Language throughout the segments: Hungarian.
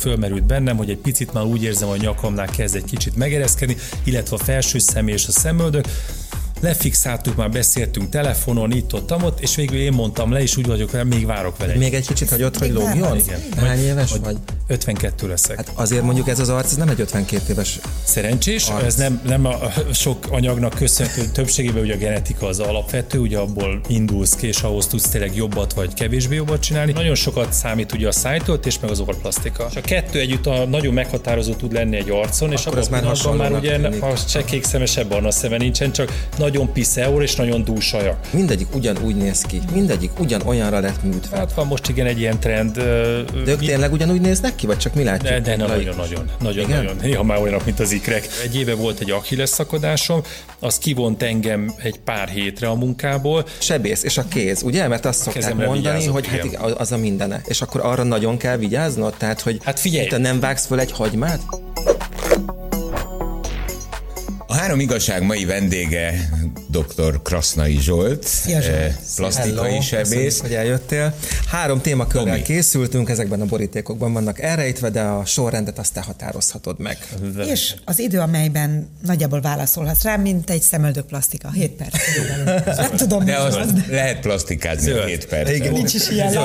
fölmerült bennem, hogy egy picit már úgy érzem, hogy a nyakamnál kezd egy kicsit megereszkedni, illetve a felső személy és a szemöldök. Lefixáltuk, már beszéltünk telefonon, itt-ott, és végül én mondtam le, és úgy vagyok vele, még várok vele. Még egy kicsit hagyott, hogy lógjon? Hány éves vagy? 52 leszek. Hát azért mondjuk ez az arc, ez nem egy 52 éves szerencsés, arc. Ez nem a sok anyagnak köszönhető, többségében ugye a genetika az alapvető, ugye abból indulsz ki, és ahhoz tudsz tényleg jobbat vagy kevésbé jobbat csinálni. Nagyon sokat számít ugye a szájtöltés, meg az orrplasztika. És a kettő együtt nagyon meghatározó tud lenni egy arcon, és akkor abban már ugye a csekék szemesebb barna szeme nincsen, csak nagyon piszeur és nagyon dúsajak. Mindegyik ugyanúgy néz ki, mindegyik ugyanolyanra lett műtve. Hát van most igen egy ilyen trend. De ők tényleg ugyanúgy néznek ki, vagy csak mi látjuk? De nagyon. Néha már olyanok, mint az ikrek. Egy éve volt egy Achilles szakadásom, az kivont engem egy pár hétre a munkából. Sebész, és a kéz, ugye? Mert azt szokták mondani, hogy hát az a mindene. És akkor arra nagyon kell vigyáznod? Tehát, hogy hát figyelj, te nem vágsz föl egy hagymát? A Három igazság mai vendége dr. Krasznai Zsolt, plastikai sebész. Hogy eljöttél. 3 témakörrel készültünk, ezekben a borítékokban vannak elrejtve, de a sorrendet azt te határozhatod meg. És az idő, amelyben nagyjából válaszolhatsz rá, mint egy szemöldökplasztika. 7 perc. Nem tudom. De azt lehet plastikázni 7 perc. Igen, nincs is ilyen.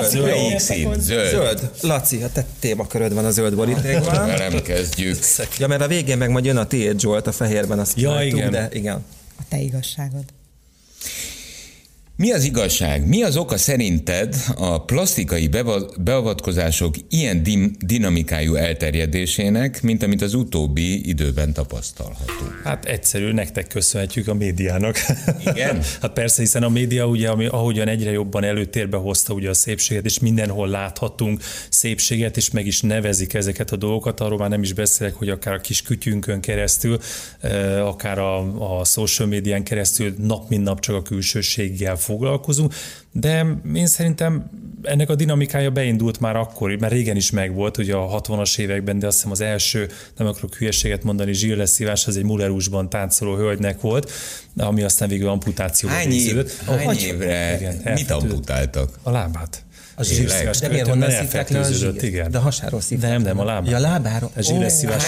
Zöld. Laci, a te témaköröd van a zöld borítékban. Nem kezdjük. Ja, mert a végén meg majd jön a tiéd, Zsolt, a fehérben, azt igen. De igen. A te igazságod. Mi az igazság? Mi az oka szerinted a plastikai beavatkozások ilyen dinamikájú elterjedésének, mint amit az utóbbi időben tapasztalhatunk? Hát egyszerű, nektek köszönhetjük a médiának. Igen? Hát persze, hiszen a média ugye, ahogyan egyre jobban előtérbe hozta ugye a szépséget, és mindenhol láthatunk szépséget, és meg is nevezik ezeket a dolgokat, arról már nem is beszélek, hogy akár a kis kütyünkön keresztül, akár a social médián keresztül nap mint nap csak a külsőséggel foglalkozunk, de én szerintem ennek a dinamikája beindult már akkor, mert régen is megvolt, ugye a 60-as években, de azt hiszem az első, nem akarok hülyeséget mondani, Gilles Szívás, az egy mullerusban táncoló hölgynek volt, ami aztán végül amputációba végződött. Hány évre? Igen, mit amputáltak? A lábát. De miért honnan szívták le a zsírt? Igen. De a hasáról szívták. Nem, a lábáról. Ja, lábáról. A Gilles Szívás.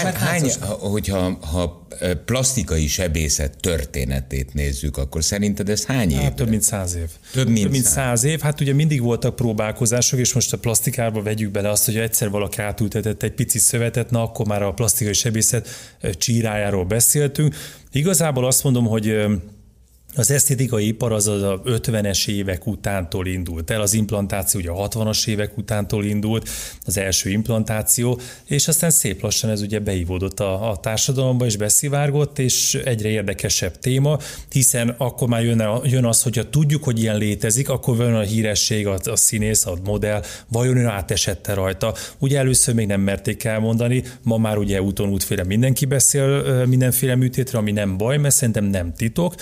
Hogyha plastikai sebészet történetét nézzük, akkor szerinted ez hány év? Több mint 100 év. Több mint 100 év. Hát ugye mindig voltak próbálkozások, és most a plastikába vegyük bele azt, hogy egyszer valaki átültetett egy pici szövetet, na akkor már a plastikai sebészet csírájáról beszéltünk. Igazából azt mondom, hogy az esztétikai ipar az a 50-es évek utántól indult el, az implantáció ugye a 60-as évek utántól indult, az első implantáció, és aztán szép lassan ez ugye beivódott a társadalomba, és beszivárgott, és egyre érdekesebb téma, hiszen akkor már jön az, hogyha tudjuk, hogy ilyen létezik, akkor jön a híresség, a színész, a modell, vajon ő átesette rajta. Ugye először még nem merték elmondani, ma már ugye úton útféle mindenki beszél mindenféle műtétre, ami nem baj, mert szerintem nem titok,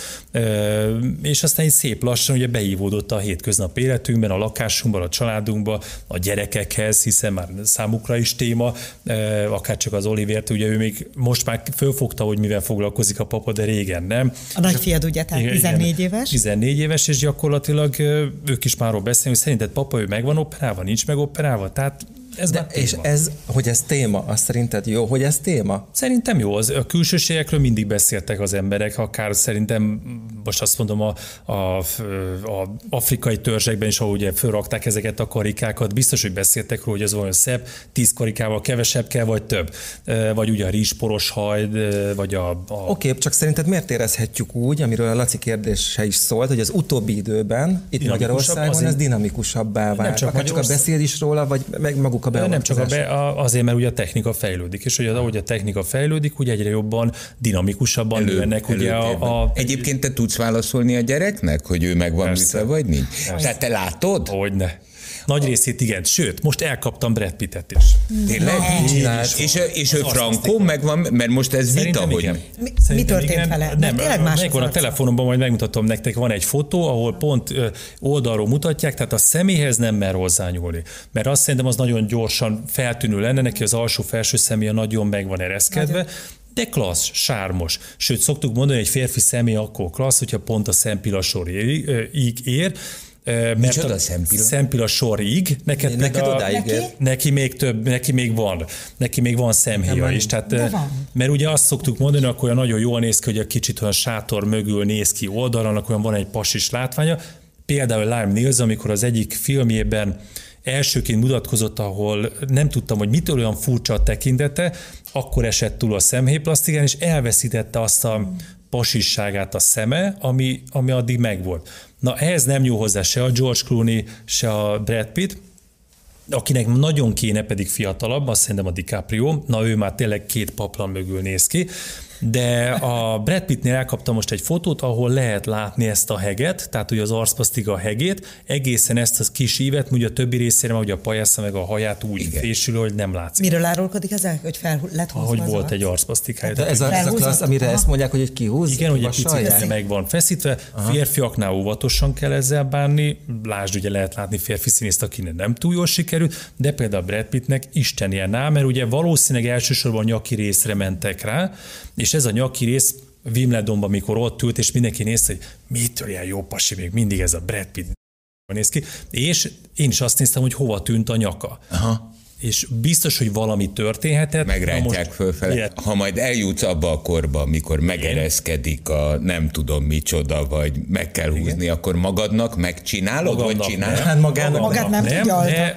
és aztán így szép lassan ugye beívódott a hétköznap életünkben, a lakásunkban, a családunkban, a gyerekekhez, hiszen már számukra is téma, akár csak az Olivért, ugye ő még most már fölfogta, hogy mivel foglalkozik a papa, de régen nem. A nagyfiad ugye, tehát 14 éves? 14 éves, és gyakorlatilag ők is már beszélnek, hogy szerinted papa, ő meg van operálva, nincs meg operálva, tehát és ez, hogy ez téma, azt szerinted jó, hogy ez téma? Szerintem jó, a külsőségekről mindig beszéltek az emberek, akár szerintem, most azt mondom, a afrikai törzsekben is, ahogy ugye fölrakták ezeket a karikákat, biztos, hogy beszéltek róla, hogy ez olyan szebb, 10 karikával kevesebb kell, vagy több. Vagy ugye a rizsporos haj, vagy Oké, csak szerinted miért érezhetjük úgy, amiről a Laci kérdése is szólt, hogy az utóbbi időben, itt Magyarországon ez dinamikusabbá vált. Csak a beszél is róla, vagy meg maguk a nem csak azért, mert ugye a technika fejlődik, és hogy ahogy a technika fejlődik, úgy egyre jobban, dinamikusabban nőnek ugye Egyébként te tudsz válaszolni a gyereknek, hogy ő meg van műtve, vagy nincs? Tehát te látod? Hogyne. Nagy részét igen, sőt, most elkaptam Brad Pittet is. Tényleg? És ő frankó megvan, mert most ez vita, hogy... Mi történt vele? Nem, megvan a telefonomban, majd megmutatom nektek, van egy fotó, ahol pont oldalról mutatják, tehát a személyhez nem mer hozzányúlni. Mert azt szerintem az nagyon gyorsan feltűnő lenne, neki az alsó-felső személye nagyon meg van ereszkedve, de klassz, sármos. Sőt, szoktuk mondani, hogy egy férfi személy akkor klassz, hogyha pont a szempilasor ér, Micsoda szempilla? Szempilla sorig. Neked odáig. Neki még több, neki még van szemhéja is. Tehát, mert ugye azt szoktuk mondani, akkor olyan nagyon jól néz ki, hogy a kicsit olyan sátor mögül néz ki oldalon, olyan van egy pasis látványa. Például Liam Neeson, amikor az egyik filmjében elsőként mutatkozott, ahol nem tudtam, hogy mitől olyan furcsa a tekintete, akkor esett túl a szemhéjplasztikán, és elveszítette azt a pasisságát a szeme, ami addig megvolt. Na, ehhez nem jó hozzá se a George Clooney, se a Brad Pitt, akinek nagyon kéne, pedig fiatalabb, azt szerintem a DiCaprio, na ő már tényleg 2 paplan mögül néz ki, de a Brad Pittnél elkaptam most egy fotót, ahol lehet látni ezt a heget, tehát ugye az arcplasztika hegét, egészen ezt a kis ívet, ugye a többi részére, ugye a pajásza meg a haját úgy fésül, hogy nem látszik. Miről árulkodik ez, hogy fel lett húzva? Hogy volt egy arcplasztikája. Hát ez a klassz, amire ezt mondják, hogy kihúz? Igen, hogy egy picit meg van feszítve. Férfiaknál óvatosan kell ezzel bánni. Lásd, ugye lehet látni férfi színészt, akinek nem túl jól sikerült, de például a Brad Pittnek Isten ilyen ná, mert ugye valószínűleg elsősorban a nyaki részre mentek rá, és ez a nyaki rész Wimbledonban, amikor ott ült, és mindenki nézte, hogy mitől ilyen jó pasi, még mindig ez a Brad Pitt néz ki, és én is azt néztem, hogy hova tűnt a nyaka. Aha. És biztos, hogy valami történhetett. Megrántják fölfele. Ilyet. Ha majd eljutsz abba a korba, amikor megereszkedik a nem tudom micsoda, vagy meg kell húzni, akkor magadnak megcsinálod, vagy csinálod? Hát magát nem tudja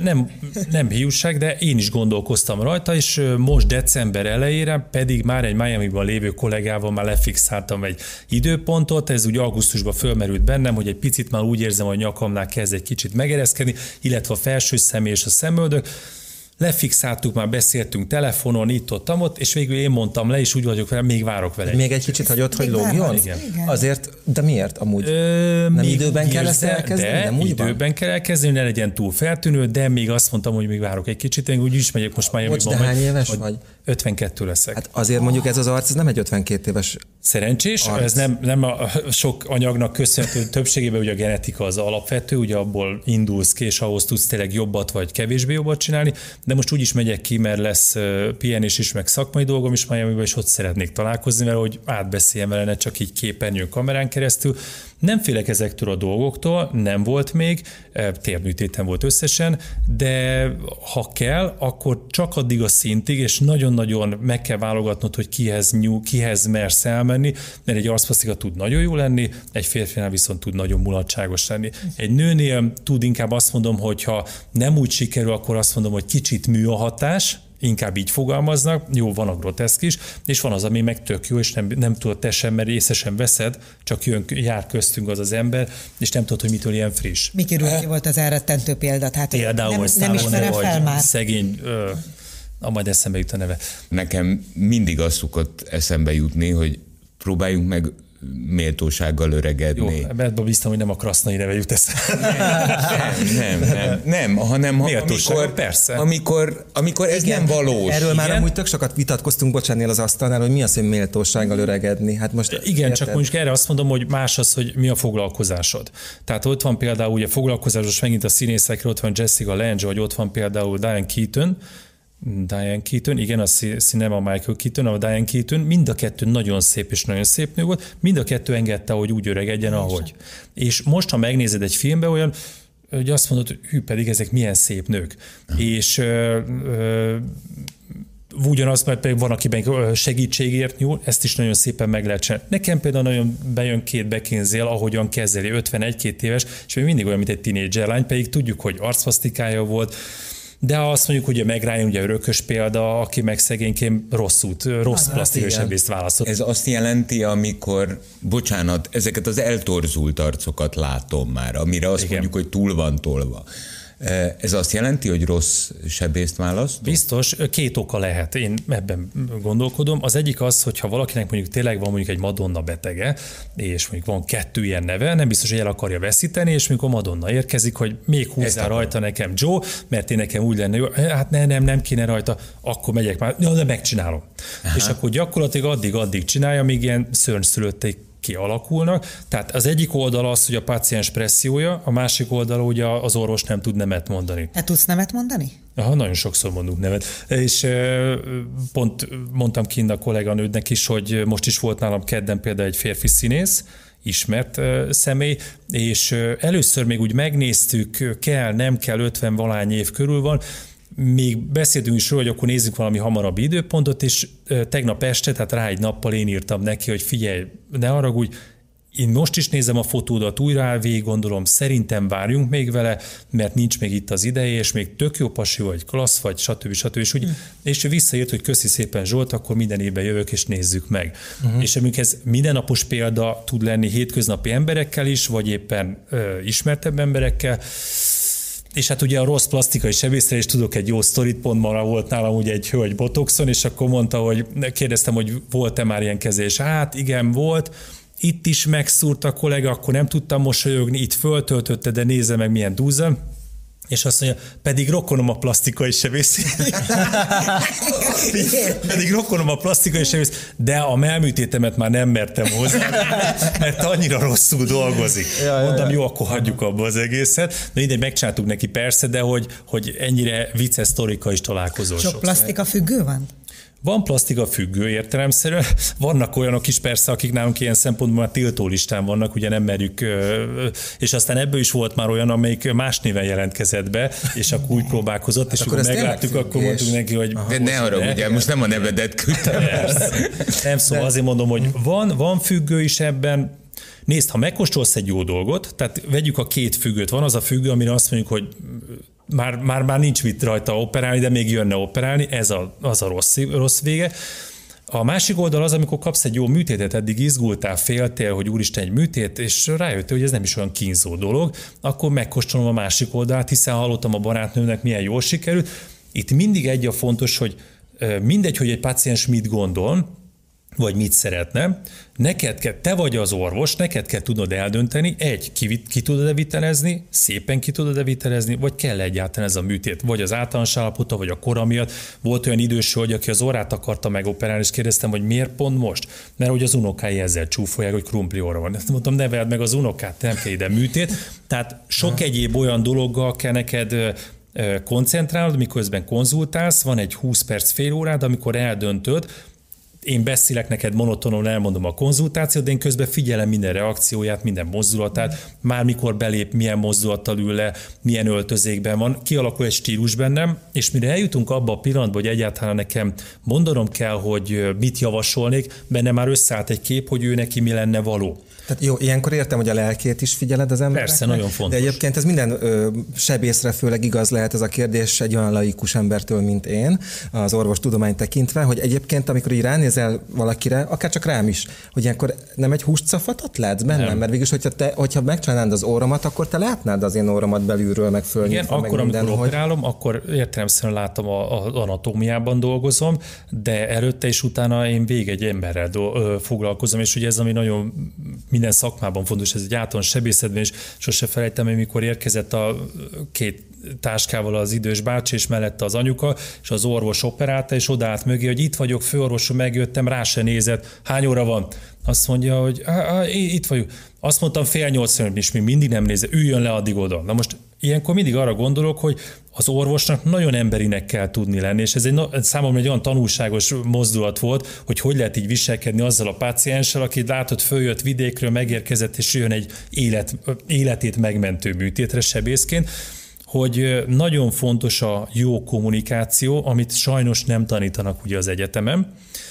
nem hiúság, de én is gondolkoztam rajta, és most december elejére pedig már egy Miamiban lévő kollégával már lefixáltam egy időpontot, ez úgy augusztusban fölmerült bennem, hogy egy picit már úgy érzem, hogy a nyakamnál kezd egy kicsit megereszkedni, illetve a felső személy és a szemöldök. Lefixáltuk, már beszéltünk telefonon, itt-ott, és végül én mondtam le, és úgy vagyok vele, még várok vele. Még egy kicsit hagyott, hogy lógjon? Igen. Azért, de miért amúgy? Nem időben kell ezt elkezdeni? Nem úgy időben kell elkezdeni, ne legyen túl feltűnő, de még azt mondtam, hogy még várok egy kicsit, én úgy is megyek most már. Bocs, de hány éves vagy? 52 leszek. Hát azért mondjuk ez az arc, ez nem egy 52 éves szerencsés, arc. Ez nem a sok anyagnak köszönhető, többségében ugye a genetika az alapvető, ugye abból indulsz ki, és ahhoz tudsz tényleg jobbat vagy kevésbé jobbat csinálni, de most úgy is megyek ki, mert lesz pihenés is, meg szakmai dolgom is Miamiban, és ott szeretnék találkozni vele, hogy átbeszéljem vele, ne csak így képernyőn, kamerán keresztül. Nem félek ezektől a dolgoktól, nem volt még, térműtéten volt összesen, de ha kell, akkor csak addig a szintig, és nagyon-nagyon meg kell válogatnod, hogy kihez mersz elmenni, mert egy arcplasztika tud nagyon jó lenni, egy férfinál viszont tud nagyon mulatságos lenni. Egy nőnél tud inkább azt mondom, hogy ha nem úgy sikerül, akkor azt mondom, hogy kicsit mű a hatás, inkább így fogalmaznak, jó, van a groteszk is, és van az, ami meg tök jó, és nem tudod te sem, mert észre sem veszed, csak jár köztünk az ember, és nem tudod, hogy mitől ilyen friss. Miki Rúti volt az elrettentő példa? Hát például, hogy Stallone vagy szegény, majd eszembe jut a neve. Nekem mindig az szokott eszembe jutni, hogy próbáljunk meg méltósággal öregedni. Jó, ebbe bíztam, hogy nem a krasznai neve jut eszembe. Nem, hanem amikor ez igen, nem valós. Erről igen? Már amúgy tök sokat vitatkoztunk, bocsánnél az asztalnál, hogy mi az, hogy méltósággal öregedni. Hát most igen, érted? Csak mondjuk erre azt mondom, hogy más az, hogy mi a foglalkozásod. Tehát ott van például ugye foglalkozásos megint a színészekről, ott van Jessica Lange, vagy ott van például Diane Keaton, igen, nem a Michael Keaton, a Diane Keaton, mind a kettő nagyon szép és nagyon szép nő volt, mind a kettő engedte, hogy úgy öregedjen, ahogy. És most, ha megnézed egy filmbe, olyan, hogy azt mondod, hogy hű, pedig ezek milyen szép nők. És ugyanaz, mert pedig van, akiben segítségért nyúl, ezt is nagyon szépen meg lehet csinálni. Nekem például nagyon bejön Kate Beckinsale, ahogyan kezeli, 51-2 éves, és még mindig olyan, mint egy tínédzser lány, pedig tudjuk, hogy arcplasztikája volt, de azt mondjuk, hogy a Meg Ryan ugye örökös példa, aki meg szegényként rossz plastikai sebészt választott. Ez azt jelenti, amikor, bocsánat, ezeket az eltorzult arcokat látom már, amire azt mondjuk, hogy túl van tolva. Ez azt jelenti, hogy rossz sebészt választ? Biztos, 2 oka lehet, én ebben gondolkodom. Az egyik az, hogyha valakinek mondjuk tényleg van mondjuk egy Madonna betege, és mondjuk van 2 ilyen neve, nem biztos, hogy el akarja veszíteni, és mikor Madonna érkezik, hogy még húzzál rajta nekem Joe, mert én nekem úgy lenne jó, hát nem kéne rajta, akkor megyek már, de megcsinálom. Aha. És akkor gyakorlatilag addig csinálja, míg ilyen szörnyszülöttek kialakulnak. Tehát az egyik oldal az, hogy a páciens pressziója, a másik oldal ugye az orvos nem tud nemet mondani. Te tudsz nemet mondani? Aha, nagyon sokszor mondunk nevet. És pont mondtam kint a kolléganődnek is, hogy most is volt nálam kedden például egy férfi színész, ismert személy, és először még úgy megnéztük, kell, nem kell, 50-valány év körül van, még beszéltünk is róla, hogy akkor nézzük valami hamarabb időpontot, és tegnap este, tehát rá egy nappal én írtam neki, hogy figyelj, ne haragudj, én most is nézem a fotódat, újra végig gondolom, szerintem várjunk még vele, mert nincs még itt az ideje, és még tök jó pasi vagy, klassz vagy, stb. És visszaírt, hogy köszi szépen Zsolt, akkor minden évben jövök, és nézzük meg. És amikor ez mindennapos példa tud lenni hétköznapi emberekkel is, vagy éppen ismertebb emberekkel, és hát ugye a rossz plastikai sebészre is tudok egy jó sztorit, pont ma volt nálam ugye egy hölgy botoxon, és akkor mondta, hogy kérdeztem, hogy volt-e már ilyen kezelés. Hát igen, volt. Itt is megszúrt a kollega, akkor nem tudtam mosolyogni, itt föltöltötte, de nézze meg milyen dúza. És azt mondja, pedig rokonom a plastikai sebész. Pedig rokonom a plastikai sebész, de a mellműtétemet már nem mertem hozzá, mert annyira rosszul dolgozik. Mondtam, jó, akkor hagyjuk abba az egészet. De mindegy, megcsináltuk neki persze, de hogy ennyire vicces sztorika is találkozol. Sok plastika függő van? Van plastika függő értelemszerűen, vannak olyanok is persze, akik nálunk ilyen szempontból már tiltó listán vannak, ugye nem merjük, és aztán ebből is volt már olyan, amelyik más néven jelentkezett be, és akkor úgy próbálkozott, és akkor megláttuk, akkor mondtuk neki, hogy... De ne arra, ugye, most nem a nevedet küldtem. Nem, szóval azért mondom, hogy van függő is ebben. Nézd, ha megkóstolsz egy jó dolgot, tehát vegyük a két függőt, van az a függő, amire azt mondjuk, hogy már nincs mit rajta operálni, de még jönne operálni, az a rossz vége. A másik oldal az, amikor kapsz egy jó műtétet, eddig izgultál, féltél, hogy úristen egy műtét, és rájöttél, hogy ez nem is olyan kínzó dolog, akkor megkóstolom a másik oldalát, hiszen hallottam a barátnőmnek, milyen jól sikerült. Itt mindig egy a fontos, hogy mindegy, hogy egy páciens mit gondol, vagy mit szeretne, te vagy az orvos, neked kell tudnod eldönteni, ki tudod-e vitelezni, szépen ki tudod-e vitelezni, vagy kell egyáltalán ez a műtét, vagy az általános állapota, vagy a kora miatt. Volt olyan idős hölgy, aki az orrát akarta megoperálni, és kérdeztem, hogy miért pont most? Mert hogy az unokái ezzel csúfolják, hogy krumpli orra van. Ezt mondtam, neveld meg az unokát, nem kell ide műtét. Tehát sok egyéb olyan dologgal kell neked koncentrálod, miközben konzultálsz, van egy 20 perc, fél órád, amikor eldöntöd, én beszélek neked monotonon, elmondom a konzultációt, de én közben figyelem minden reakcióját, minden mozdulatát, már mikor belép, milyen mozdulattal ül le, milyen öltözékben van, kialakul egy stílus bennem, és mire eljutunk abba a pillanatba, hogy egyáltalán nekem mondanom kell, hogy mit javasolnék, benne már összeállt egy kép, hogy ő neki mi lenne való. Tehát jó, ilyenkor értem, hogy a lelkét is figyeled az embereknek. Persze, nagyon fontos. De egyébként ez minden sebészre főleg igaz lehet ez a kérdés egy olyan laikus embertől, mint én, az orvostudományt tekintve, hogy egyébként, amikor így ránézel valakire, akár csak rám is, hogy ilyenkor nem egy húscafatot látsz bennem? Nem. Mert végülis, hogyha megcsinálnád az orromat, akkor te látnád az én orromat belülről, meg fölnyitva. Igen, akkor, amikor operálom, akkor értelemszerűen látom az anatómiában dolgozom, de előtte és utána én egy emberrel foglalkozom, és ugye ez, ami nagyon minden szakmában fontos, ez egy általános sebészetben is, sose felejtem, hogy mikor érkezett a két táskával az idős bácsi, és mellette az anyuka, és az orvos operálta, és odaállt mögé, hogy itt vagyok, főorvosom, megjöttem, rá se nézett, hány óra van? Azt mondja, hogy itt vagyok. Azt mondtam 7:30, és még mindig nem nézze, üljön le addig oda. Na most ilyenkor mindig arra gondolok, hogy az orvosnak nagyon emberinek kell tudni lenni, és ez számomra egy olyan tanulságos mozdulat volt, hogy lehet így viselkedni azzal a pácienssel, aki látod, följött vidékről, megérkezett, és jön egy életét megmentő műtétre sebészként, hogy nagyon fontos a jó kommunikáció, amit sajnos nem tanítanak ugye az egyetemen.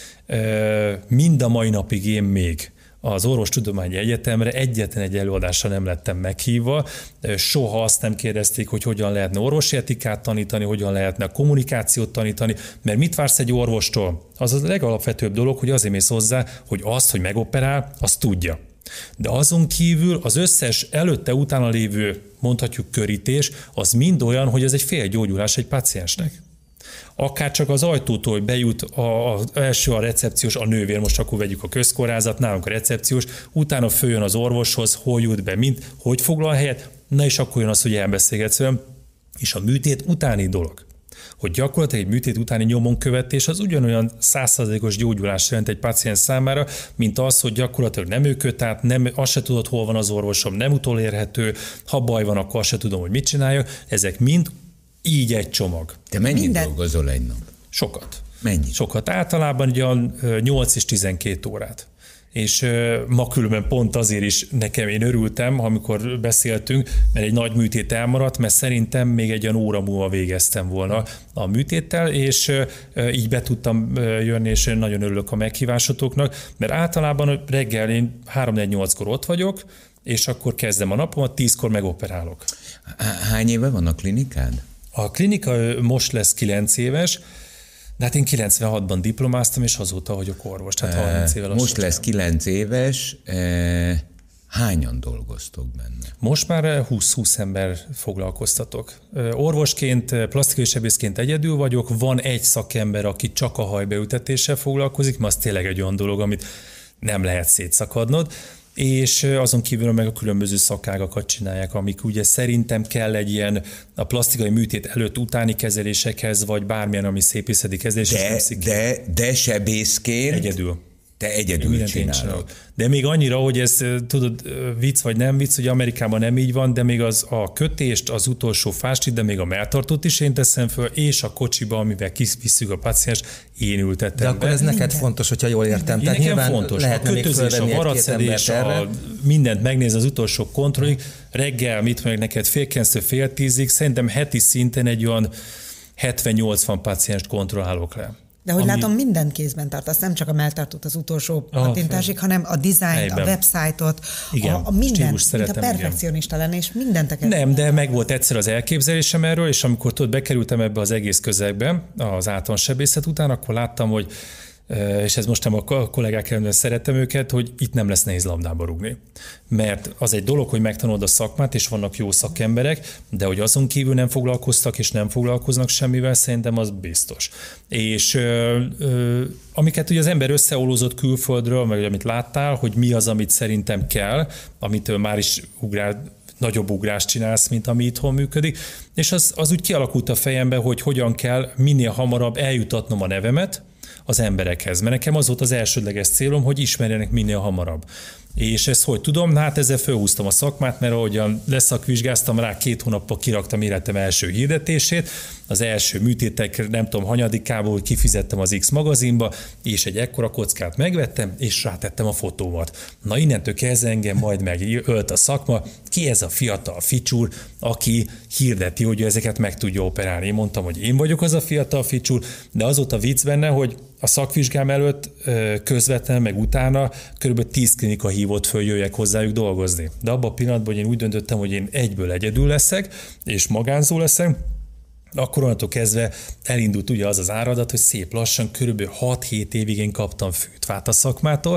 Mind a mai napig én még az Orvostudományi Egyetemre egyetlen egy előadásra nem lettem meghívva. Soha azt nem kérdezték, hogy hogyan lehetne orvosi etikát tanítani, hogyan lehetne kommunikációt tanítani, mert mit vársz egy orvostól? Az a legalapvetőbb dolog, hogy azért mész hozzá, hogy azt, hogy megoperál, azt tudja. De azon kívül az összes előtte-utána lévő, mondhatjuk körítés, az mind olyan, hogy ez egy félgyógyulás egy páciensnek. Akár csak az ajtótól, hogy bejut az első a recepciós, a nővér, most akkor vegyük a közkórházat, nálunk a recepciós, utána följön az orvoshoz, hol jut be, hogy foglal helyet, na és akkor jön az, hogy elbeszélgetsz velem, és a műtét utáni dolog. Hogy gyakorlatilag egy műtét utáni nyomonkövetés az ugyanolyan 100%-os gyógyulás jelent egy páciens számára, mint az, hogy gyakorlatilag nem ő köt át, azt se tudod, hol van az orvosom, nem utolérhető, ha baj van, akkor azt se tudom, hogy mit csináljak. Ezek mind így egy csomag. Te mennyit dolgozol egy nap? Sokat. Mennyit? Sokat. Általában ugye 8 és 12 órát. és ma különben pont azért is nekem én örültem, amikor beszéltünk, mert egy nagy műtét elmaradt, mert szerintem még egy olyan óra múlva végeztem volna a műtéttel, és így be tudtam jönni, és nagyon örülök a meghívásotoknak, mert általában reggel én 3-4-8-kor ott vagyok, és akkor kezdem a napomat, 10-kor megoperálok. Hány éve van a klinikád? A klinika most lesz 9 éves, de hát én 96-ban diplomáztam, és azóta vagyok orvos, tehát 30 évvel. Most lesz 9 éves, hányan dolgoztok benne? Most már 20 ember foglalkoztatok. Orvosként, plastikai sebészként egyedül vagyok, van egy szakember, aki csak a hajbeültetéssel foglalkozik, mert az tényleg egy olyan dolog, amit nem lehet szétszakadnod, és azon kívül meg a különböző szakágakat csinálják, amik ugye szerintem kell egy ilyen a plastikai műtét előtt-utáni kezelésekhez, vagy bármilyen, ami szépészeti kezelés. De sebészként egyedül. Te egyedül csinálod. De még annyira, hogy ez, tudod, vicc vagy nem vicc, hogy Amerikában nem így van, de még a kötést, az utolsó fástit, de még a melltartót is én teszem föl, és a kocsiba, amivel kivisszük a paciens, én ültettem be. De akkor ez neked fontos, hogyha jól értem. Tehát nekem fontos. A kötözés, a varratszedés, mindent megnéz az utolsó kontrollig. Reggel, mit mondjuk neked, 9:30-fél 10-ig, szerintem heti szinten egy olyan 70-80 pacienst kontrollálok le. De hogy látom, mindent kézben tartasz, nem csak a melltartót az utolsó pattintásig, hanem a dizájnt, a websájtot, a mindent, mint a perfekcionista lenni, és mindent nem, de meg volt egyszer az elképzelésem erről, és amikor tudod, bekerültem ebbe az egész közegbe, az általános sebészet után, akkor láttam, hogy és ez most nem a kollégák előtt szeretem őket, hogy itt nem lesz nehéz labdába rúgni. Mert az egy dolog, hogy megtanulod a szakmát, és vannak jó szakemberek, de hogy azon kívül nem foglalkoztak, és nem foglalkoznak semmivel, szerintem az biztos. És amiket ugye az ember összeolózott külföldről, meg amit láttál, hogy mi az, amit szerintem kell, amitől már is nagyobb ugrást csinálsz, mint ami itthon működik, és az úgy kialakult a fejembe, hogy hogyan kell minél hamarabb eljutatnom a nevemet az emberekhez. Mert nekem az volt az elsődleges célom, hogy ismerjenek minél hamarabb. És ezt hogy tudom? Hát ezzel fölhúztam a szakmát, mert ahogyan leszakvizsgáztam rá, 2 hónappal kiraktam életem első hirdetését, az első műtétek nem tudom hanyadikából, hogy kifizettem az X magazinba, és egy ekkora kockát megvettem, és rátettem a fotómat. Na innentől kezdve engem majd megölt a szakma, ki ez a fiatal ficsúr, aki hirdeti, hogy ezeket meg tudja operálni. Én mondtam, hogy én vagyok az a fiatal ficsúr, de az volt a vicc benne, hogy a szakvizsgám előtt közvetlen, meg utána kb. 10 klinika hívott föl, jöjjek hozzájuk dolgozni. De abban a pillanatban, hogy én úgy döntöttem, hogy én egyből egyedül leszek, és magánzó leszek, akkor onnantól kezdve elindult ugye az áradat, hogy szép lassan, körülbelül 6-7 évig én kaptam fűtvát a szakmától,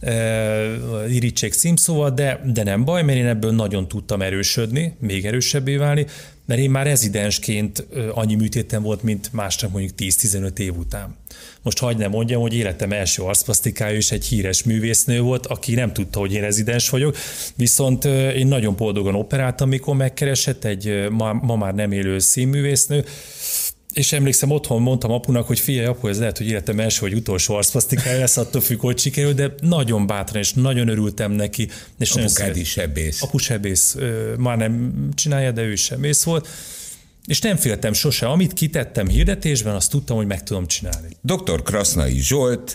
irítség címszóval, de nem baj, mert én ebből nagyon tudtam erősödni, még erősebbé válni, mert én már rezidensként annyi műtétem volt, mint másnak mondjuk 10-15 év után. Most hagyd ne mondjam, hogy életem első arcplasztikája is egy híres művésznő volt, aki nem tudta, hogy én rezidens vagyok, viszont én nagyon boldogan operáltam, mikor megkeresett egy ma már nem élő színművésznő, és emlékszem, otthon mondtam apunak, hogy figyelj, apu, ez lehet, hogy életem első vagy utolsó arcplasztikája lesz, attól függ, hogy sikerül, de nagyon bátran, és nagyon örültem neki. És apukád is sebész. Apu sebész, már nem csinálja, de ő sebész volt. És nem féltem sose. Amit kitettem hirdetésben, azt tudtam, hogy meg tudom csinálni. Dr. Krasznai Zsolt,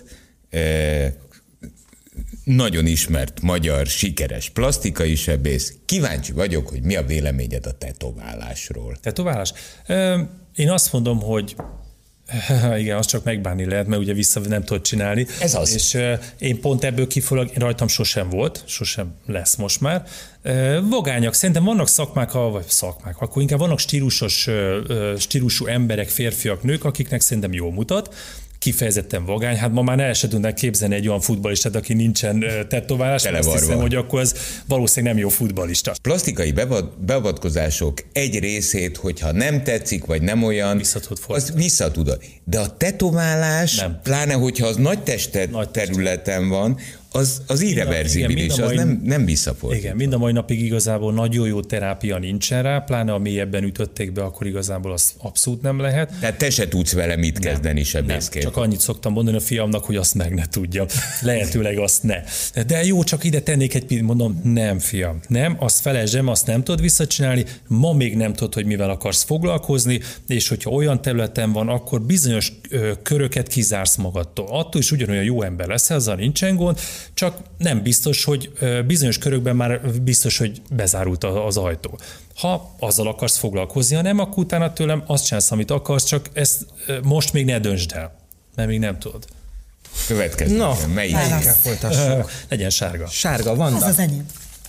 nagyon ismert magyar sikeres plastikai sebész. Kíváncsi vagyok, hogy mi a véleményed a tetoválásról. Tetoválás? Én azt mondom, hogy igen, azt csak megbánni lehet, mert ugye vissza nem tudod csinálni. Ez az. És én pont ebből kifolyólag rajtam sosem volt, sosem lesz most már. Vagányak, szerintem vannak szakmák, akkor inkább vannak stílusú emberek, férfiak, nők, akiknek szerintem jól mutat, kifejezetten vagány. Hát ma már el se tudnak képzelni egy olyan futballistát, aki nincsen tetoválás, azt hiszem, hogy akkor az valószínűleg nem jó futballista. Plastikai beavatkozások egy részét, hogyha nem tetszik, vagy nem olyan, az visszatudod. De a tetoválás, nem. Pláne hogyha az nagy területen van, az irreverzibilis, az nem visszafordítható. Igen, mind a mai napig igazából nagyon jó terápia nincsen rá, pláne a mélyebben ütötték be, akkor igazából az abszolút nem lehet. Tehát te se tudsz vele mit kezdeni sebészként. Csak annyit szoktam mondani a fiamnak, hogy azt meg ne tudja. Lehetőleg azt ne. De jó, csak ide tennék egy pillanat, mondom, nem fiam, nem, azt felejtsd, azt nem tudod visszacsinálni, ma még nem tudod, hogy mivel akarsz foglalkozni, és hogyha olyan területen van, akkor bizonyos köröket kizársz magadtól. Attól is ugyanolyan jó ember leszel, azzal nincsen gond, Csak nem biztos, hogy bizonyos körökben már biztos, hogy bezárult az ajtó. Ha azzal akarsz foglalkozni, ha nem, akkor utána tőlem azt csinálsz, amit akarsz, csak ezt most még ne döntsd el, mert még nem tudod. Következő. No, melyikkel folytassuk? Legyen sárga. Sárga, Vanda. Az enyém.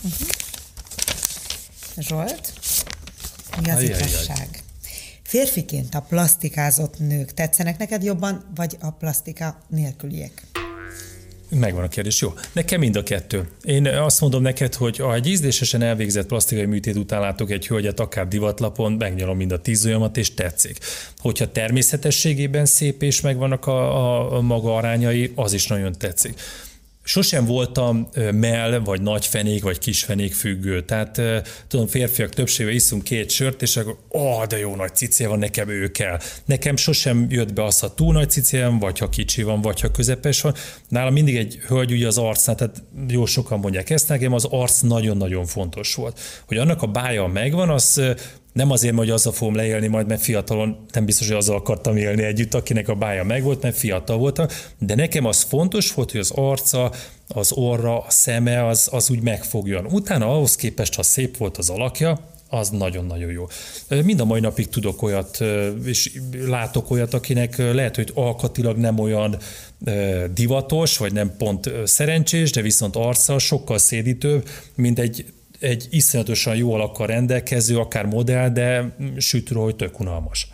Zsolt, mi az igazság? Férfiként a plasztikázott nők tetszenek neked jobban, vagy a plasztika nélküliek? Megvan a kérdés. Jó. Nekem mind a kettő. Én azt mondom neked, hogy ha egy ízlésesen elvégzett plastikai műtét után látok egy hölgyet, akár divatlapon, megnyalom mind a 10 ujjamat, és tetszik. Hogyha természetességében szép és megvannak a maga arányai, az is nagyon tetszik. Sosem voltam mell, vagy nagyfenék, vagy kisfenék függő. Tehát tudom, férfiak többségében iszunk 2 sört, és akkor de jó nagy cicéja van, nekem ő kell. Nekem sosem jött be az, ha túl nagy cicéja van, vagy ha kicsi van, vagy ha közepes van. Nálam mindig egy hölgy ugye az arcán, tehát jó sokan mondják ezt, nekem az arc nagyon-nagyon fontos volt. Hogy annak a bája megvan, az nem azért, hogy azzal fogom leélni majd, mert fiatalon nem biztos, hogy azzal akartam élni együtt, akinek a bája megvolt, mert fiatal voltam, de nekem az fontos volt, hogy az arca, az orra, a szeme, az úgy megfogjon. Utána ahhoz képest, ha szép volt az alakja, az nagyon-nagyon jó. Mind a mai napig tudok olyat, és látok olyat, akinek lehet, hogy alkatilag nem olyan divatos, vagy nem pont szerencsés, de viszont arca sokkal szédítőbb, mint egy iszonyatosan jó alakkal rendelkező, akár modell, de sütről, hogy tök unalmas.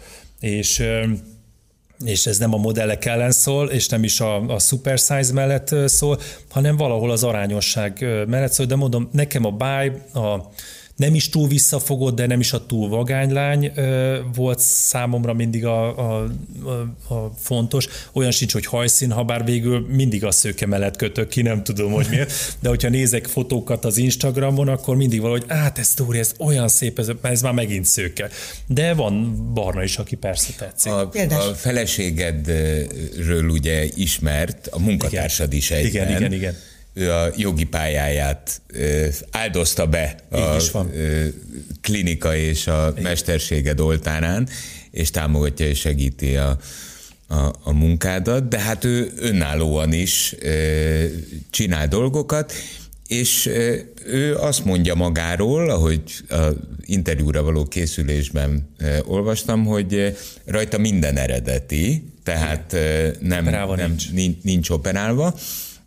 És ez nem a modellek ellen szól, és nem is a super size mellett szól, hanem valahol az arányosság mellett szól, de mondom, nekem a báj, nem is túl visszafogott, de nem is a túl vagánylány volt számomra mindig a fontos. Olyan sincs, hogy hajszín, ha bár végül mindig a szőke mellett kötök ki, nem tudom, hogy miért. De hogyha nézek fotókat az Instagramon, akkor mindig valahogy, ez Dóri, ez olyan szép, ez már megint szőke. De van barna is, aki persze tetszik. A feleségedről ugye ismert, a munkatársad is egyben. Igen. Ő a jogi pályáját áldozta be a klinika és a mesterséged oltárán, és támogatja és segíti a munkádat, de hát ő önállóan is csinál dolgokat, és ő azt mondja magáról, ahogy az interjúra való készülésben olvastam, hogy rajta minden eredeti, tehát nincs operálva.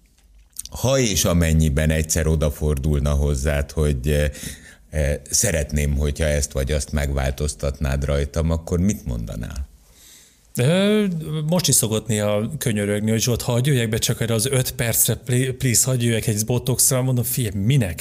Ha és amennyiben egyszer odafordulna hozzád, hogy szeretném, hogyha ezt vagy azt megváltoztatnád rajtam, akkor mit mondanál? Most is szokott néha könyörögni, hogy Zsolt, hagyj jöjjek be csak erre az 5 percre, please, hagyj jöjjek egy botoxra, mondom, figyelj, minek?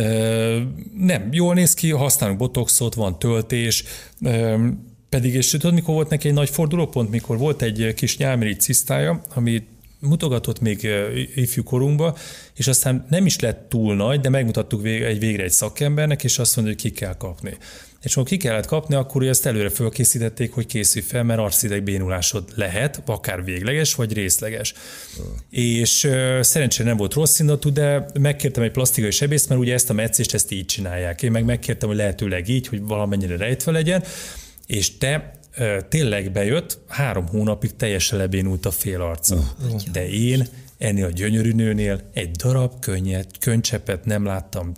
Nem, jól néz ki, használunk botoxot, van töltés, pedig, és tudod, mikor volt neki egy nagy fordulópont, mikor volt egy kis nyálmirigy cisztája, amit mutogatott még ifjú korunkba, és aztán nem is lett túl nagy, de megmutattuk végre egy szakembernek, és azt mondja, hogy ki kell kapni. És amikor ki kellett kapni, akkor ezt előre fölkészítették, hogy készülj fel, mert arcidegbénulásod lehet, akár végleges, vagy részleges. És szerencsére nem volt rossz indulatú, de megkértem egy plastikai sebészt, mert ugye ezt a metszést ezt így csinálják. Én meg megkértem, hogy lehetőleg így, hogy valamennyire rejtve legyen, és tényleg bejött, 3 hónapig teljesen lebénult a fél arca. De én ennél a gyönyörű nőnél egy darab könycseppet nem láttam,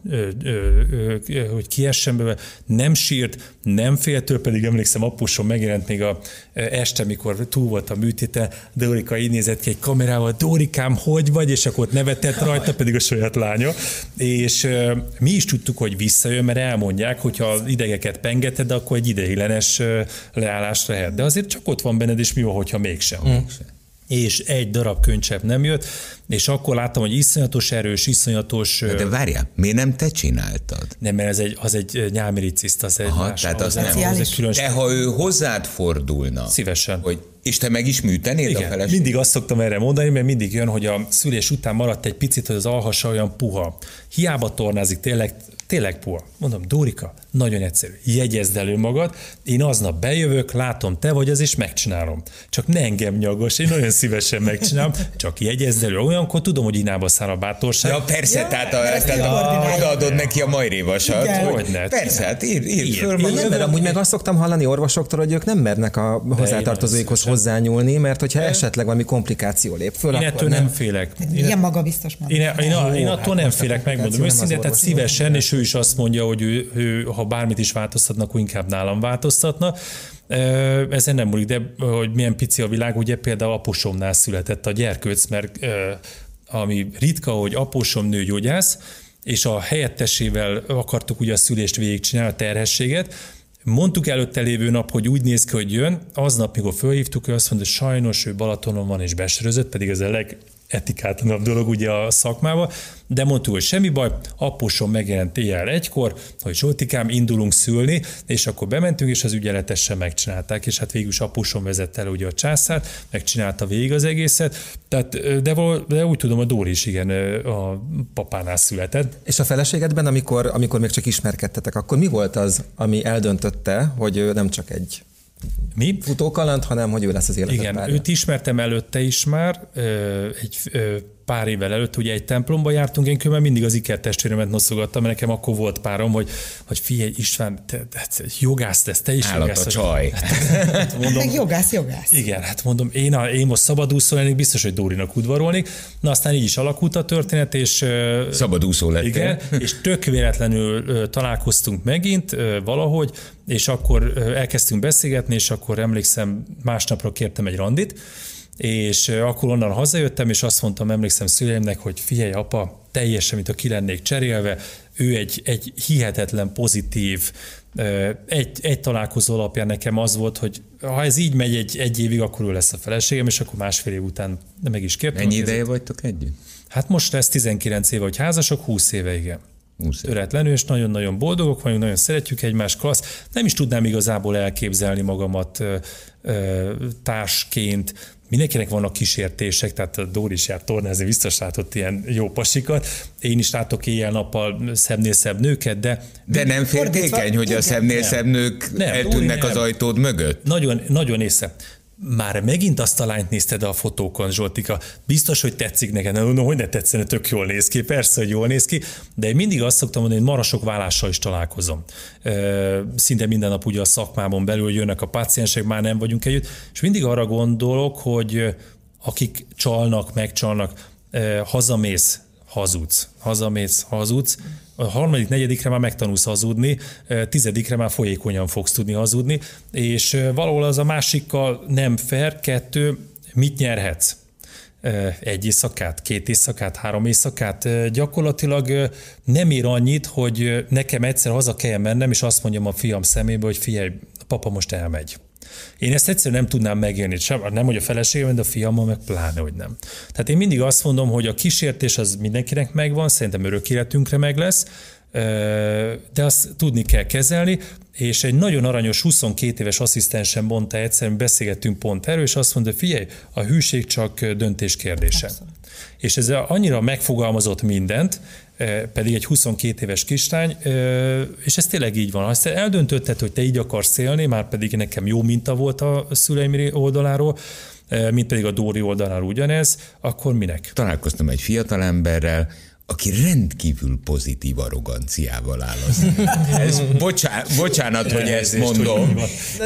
hogy kiessen belőle, nem sírt, nem féltől, pedig emlékszem, apusom megjelent még a este, mikor túl volt a műtéte, Dórika így nézett ki egy kamerával, Dórikám, hogy vagy? És akkor ott nevetett rajta, pedig a saját lánya. És mi is tudtuk, hogy visszajön, mert elmondják, hogyha az idegeket pengeted, akkor egy ideiglenes leállás lehet. De azért csak ott van benned, és mi van, hogyha mégsem. És egy darab könycsepp nem jött, és akkor láttam, hogy iszonyatos erős, iszonyatos... De várjál, miért nem te csináltad? Nem, mert az egy nyálmiriciszt, az egy más. Tehát az nem. De ha ő hozzád fordulna... Szívesen. És te meg is műtenéd a feleséget? Mindig azt szoktam erre mondani, mert mindig jön, hogy a szülés után maradt egy picit, hogy az alhasa olyan puha. Hiába tornázik, tényleg puha. Mondom, Dórika, nagyon egyszerű. Jegyezd elő magad, én aznap bejövök, látom, te vagy az, és megcsinálom. Csak ne engem nyagos, én nagyon szívesen megcsinálom, csak jegyezd elő. Olyankor tudom, hogy inába száll a bátorság. Ja, persze, tehát odaadod neki a majrévasat. Persze, hát írd föl magad. Mert amúgy meg azt szoktam hallani orvosoktól, hogy ők nem mernek a hozzátartozóikhoz hozzányúlni, mert hogyha esetleg valami komplikáció lép föl, én ettől nem félek. Ilyen magabiztos mondani. Én attól nem félek, megmondom őszintén, tehát szívesen, és ő is azt mondja, hogy ő ha bármit is változtatnak, akkor inkább nálam változtatna. Ezen nem múlik, de hogy milyen pici a világ, ugye például aposomnál született a gyerkőc, mert ami ritka, hogy aposom nőgyógyász, és a helyettesével akartuk ugye a szülést végigcsinálni, a terhességet. Mondtuk előtte lévő nap, hogy úgy néz ki, hogy jön, aznap, mikor fölhívtuk, ő azt mondta, hogy sajnos ő Balatonon van és besörözött, pedig ez a legetikátlanabb dolog ugye a szakmában, de mondtuk, hogy semmi baj, apusom megjelent éjjel 1-kor, hogy Zsoltikám, indulunk szülni, és akkor bementünk, és az ügyeletesen megcsinálták, és hát végül is apusom vezette el ugye a császárt, megcsinálta végig az egészet, tehát, de úgy tudom, a Dóri is igen a papánál született. És a feleségedben, amikor még csak ismerkedtetek, akkor mi volt az, ami eldöntötte, hogy nem csak egy futókaland, hanem hogy ő lesz az életed Igen, párja? őt ismertem előtte is már, egy pár évvel előtt, ugye egy templomba jártunk, én különben mindig az ikertestvéremet noszogattam, mert nekem akkor volt párom, hogy figyelj István, te jogász lesz, te is jogász. Állat a csaj. Mondom, jogász. Igen, hát mondom, én most szabadúszó lennék, biztos, hogy Dórinak udvarolnék. Na aztán így is alakult a történet, és... Szabadúszó lettél. Igen, és tök véletlenül találkoztunk megint valahogy, és akkor elkezdtünk beszélgetni, és akkor emlékszem, másnapra kértem egy randit, és akkor onnan hazajöttem, és azt mondtam, emlékszem szüleimnek, hogy figyelj apa, teljesen, mint a ki lennék cserélve, ő egy hihetetlen pozitív, egy találkozó alapján nekem az volt, hogy ha ez így megy egy évig, akkor ő lesz a feleségem, és akkor másfél év után meg is kértem. Mennyi ideje vagytok együtt? Hát most lesz 19 éve, hogy házasok, 20 éve, igen. Töretlenül, és nagyon-nagyon boldogok vagyunk, nagyon szeretjük egymást, klassz. Nem is tudnám igazából elképzelni magamat társként. Mindenkinek vannak kísértések, tehát a Dóri is járt tornázni, biztos látott ilyen jó pasikat. Én is látok éjjel-nappal szebbnél szebb nőket, de nem féltékeny, hogy a szebbnél szebb nők eltűnnek az ajtód mögött? Nagyon észre. Már megint azt a lányt nézted a fotókon, Zsoltika, biztos, hogy tetszik neked, hogy ne tetszene, tök jól néz ki, persze, hogy jól néz ki, de én mindig azt szoktam mondani, hogy marasok vállással is találkozom. Szinte minden nap ugye a szakmámon belül jönnek a páciensek, már nem vagyunk együtt, és mindig arra gondolok, hogy akik csalnak, megcsalnak, hazamész, hazudsz, a harmadik, negyedikre már megtanulsz hazudni, 10-dikre már folyékonyan fogsz tudni hazudni, és valahol az a másikkal nem fair. 2, mit nyerhetsz? 1 éjszakát, 2 éjszakát, 3 éjszakát, gyakorlatilag nem ér annyit, hogy nekem egyszer haza kelljen mennem, és azt mondjam a fiam szemébe, hogy figyelj, papa most elmegy. Én ezt egyszerűen nem tudnám megélni, nem hogy a feleségem, de a fiammal meg pláne, hogy nem. Tehát én mindig azt mondom, hogy a kísértés az mindenkinek megvan, szerintem örök életünkre meg lesz, de azt tudni kell kezelni, és egy nagyon aranyos 22 éves asszisztensen mondta egyszer, beszélgettünk pont erről, és azt mondta, figyelj, a hűség csak döntés kérdése. Abszolút. És ez annyira megfogalmazott mindent, pedig egy 22 éves kislány, és ez tényleg így van. Ha ezt eldöntötted, hogy te így akarsz élni, már pedig nekem jó minta volt a szüleim oldaláról, mint pedig a Dóri oldaláról ugyanez, akkor minek? Találkoztam egy fiatalemberrel, aki rendkívül pozitív arroganciával áll az. Bocsánat, hogy ezt mondom.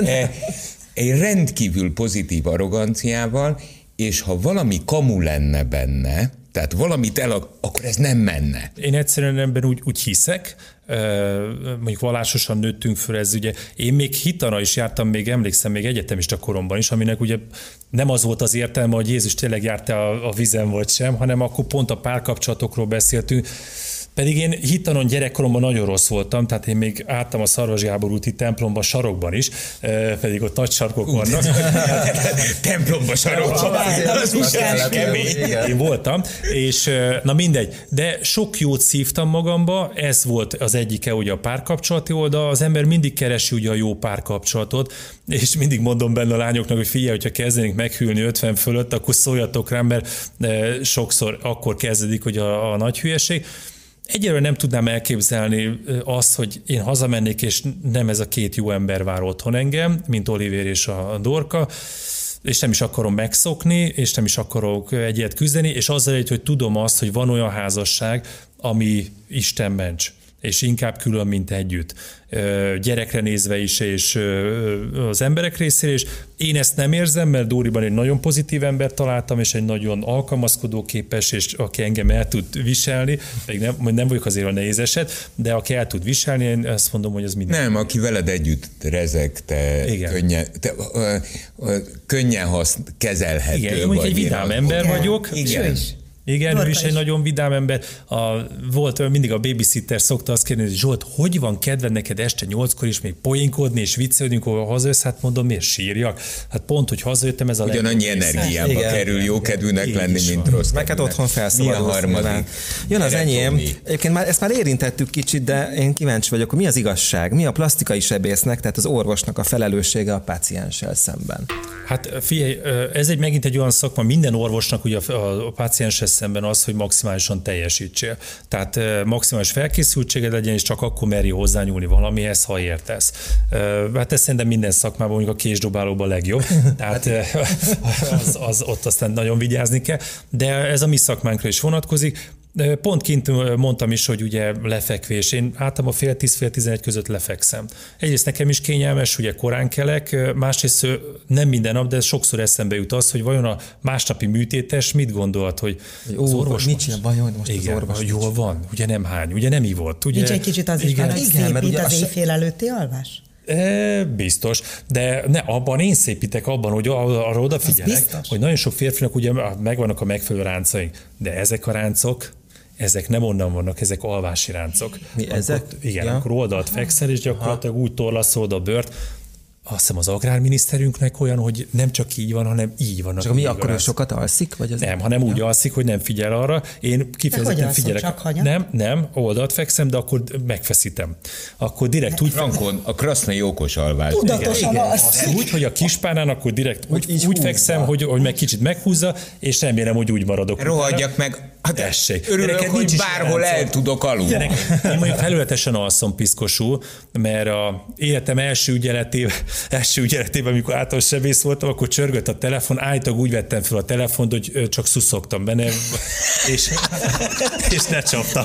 Egy rendkívül pozitív arroganciával, és ha valami kamu lenne benne, tehát valamit akkor ez nem menne. Én egyszerűen ebben úgy hiszek, mondjuk vallásosan nőttünk föl, ez ugye, én még hittanra is jártam, még emlékszem, még egyetemista koromban is, aminek ugye nem az volt az értelme, hogy Jézus tényleg járt a vízen vagy sem, hanem akkor pont a párkapcsolatokról beszéltünk. Pedig én hittanon gyerekkoromban nagyon rossz voltam, tehát én még álltam a Szarvas Gábor úti templomban, sarokban is, pedig ott nagy sarkok vannak. Templomban, sarokban. Az kemény. Én voltam, és na mindegy. De sok jót szívtam magamba, ez volt az egyike ugye a párkapcsolati oldal, az ember mindig keresi ugye a jó párkapcsolatot, és mindig mondom benne a lányoknak, hogy figyelj, hogyha kezdenénk meghűlni 50 fölött, akkor szóljatok rám, mert sokszor akkor kezdődik hogy a nagy hülyeség. Egyelőre nem tudnám elképzelni azt, hogy én hazamennék, és nem ez a 2 jó ember vár otthon engem, mint Olivér és a Dorka, és nem is akarom megszokni, és nem is akarok egyet küzdeni, és azzal együtt, hogy tudom azt, hogy van olyan házasság, ami Isten ments. és inkább külön, mint együtt. Gyerekre nézve is, és az emberek részére is. Én ezt nem érzem, mert Dóriban egy nagyon pozitív embert találtam, és egy nagyon alkalmazkodóképes, és aki engem el tud viselni, nem vagyok azért a nehéz eset, de aki el tud viselni, én azt mondom, hogy az minden. Nem, aki veled együtt rezeg, te könnyen kezelhető. Igen, én mondjuk egy vidám ember vagyok. Igen. Igen, ő is egy nagyon vidám ember. Volt mindig a babysitter szokta azt kérni, hogy Zsolt, hogy van kedved neked este 8-kor is még poénkodni és viccelődni, amikor hazajössz? Hát mondom, miért sírjak? Hát pont, hogy hazajöttem, ez a ugyanannyi energiába kerül jókedvűnek lenni, mint rossz. Meg hát otthon felszabadulsz. Jön az enyém. Egyébként ezt már érintettük kicsit, de én kíváncsi vagyok, hogy mi az igazság? Mi a plastikai sebésznek, tehát az orvosnak a felelőssége a pácienssel szemben? Hát figyelj, ez megint egy olyan szakma, minden orvosnak ugye a pácienssel szemben az, hogy maximálisan teljesítsél. Tehát maximális felkészültséged legyen, és csak akkor merj hozzányúlni valamihez, ha értesz. Hát ez szerintem minden szakmában, mondjuk a késdobálóban legjobb. Tehát ott aztán nagyon vigyázni kell. De ez a mi szakmánkra is vonatkozik. Pont kint mondtam is, hogy ugye lefekvés. Én általában 10:30-11 között lefekszem. Egyrészt nekem is kényelmes, ugye korán kelek, másrészt nem minden nap, de sokszor eszembe jut az, hogy vajon a másnapi műtétes mit gondolt, hogy az orvos mit csinál, vajon most igen, az orvos jól van, ugye nem hány, ugye nem ivott. Ugye, nincs egy kicsit az is, hogy szépít az éjfél előtti alvás? Biztos, de abban én szépítek, abban, hogy arra odafigyelek, hogy nagyon sok férfinak ugye megvannak a megfelelő ráncaink, de ezek a ráncok, ezek nem onnan vannak, ezek alvási ráncok. Mi ezek? Igen, akkor oldalt fekszel, és gyakorlatilag úgy torlaszolod a bőrt. Azt hiszem az agrárminiszterünknek olyan, hogy nem csak így van, hanem így van. Csak mi akkor ő sokat alszik? Vagy az nem, hanem úgy alszik, hogy nem figyel arra. Én kifejezetten figyelek. Csak nem, oldalt fekszem, de akkor megfeszítem. Akkor direkt úgy... Frankon, a krasznai okos alvás. Tudatosan alszik. Úgy, hogy a kispárnán akkor direkt úgy fekszem, hogy meg kicsit meghúzza, és remélem, hogy úgy maradok. Rohadjak meg. Tessék. Örülök, hogy bárhol el tudok aludni. Én mondjuk felületesen alszom piszkosul, mert a életem első ügyeletében, amikor általános sebész voltam, akkor csörgött a telefon, állítólag úgy vettem fel a telefont, hogy csak szuszogtam benne, és ne csaptam.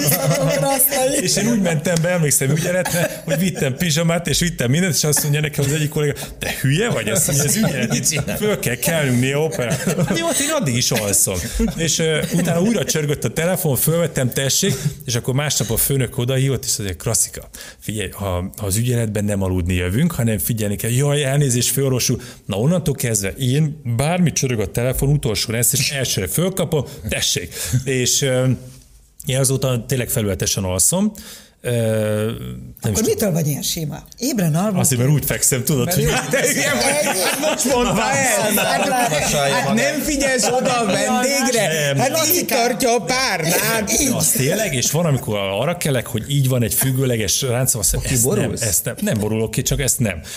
És én úgy mentem be, emlékszem ügyeletre, hogy vittem pizsamát, és vittem mindent, és azt mondja nekem az egyik kolléga, te hülye vagy? Azt mondja, az ügyelet, föl kell kelnünk óperát. Jó, én addig is alszom. És utána újra csörgött a telefon, fölvettem, tessék, és akkor másnap a főnök odahívott, és azért klasszika. Figyelj, ha az ügyeletben nem aludni jövünk, hanem figyelni kell, jaj, elnézést, főorvosú. Na onnantól kezdve én bármi csörög a telefon, utolsó lesz, és elsőre fölkapom, tessék. És én azóta tényleg felületesen alszom. Akkor mitől vagy ilyen sima? Ébren alvó? Azért, mert úgy fekszem, tudod, hogy... Most mondta el! Hát nem figyelsz oda a vendégre? Hát így tartja a párnát! Az tényleg, és van, amikor arra kelek, hogy így van egy függőleges ráncom, ezt nem borulok ki, csak ezt nem.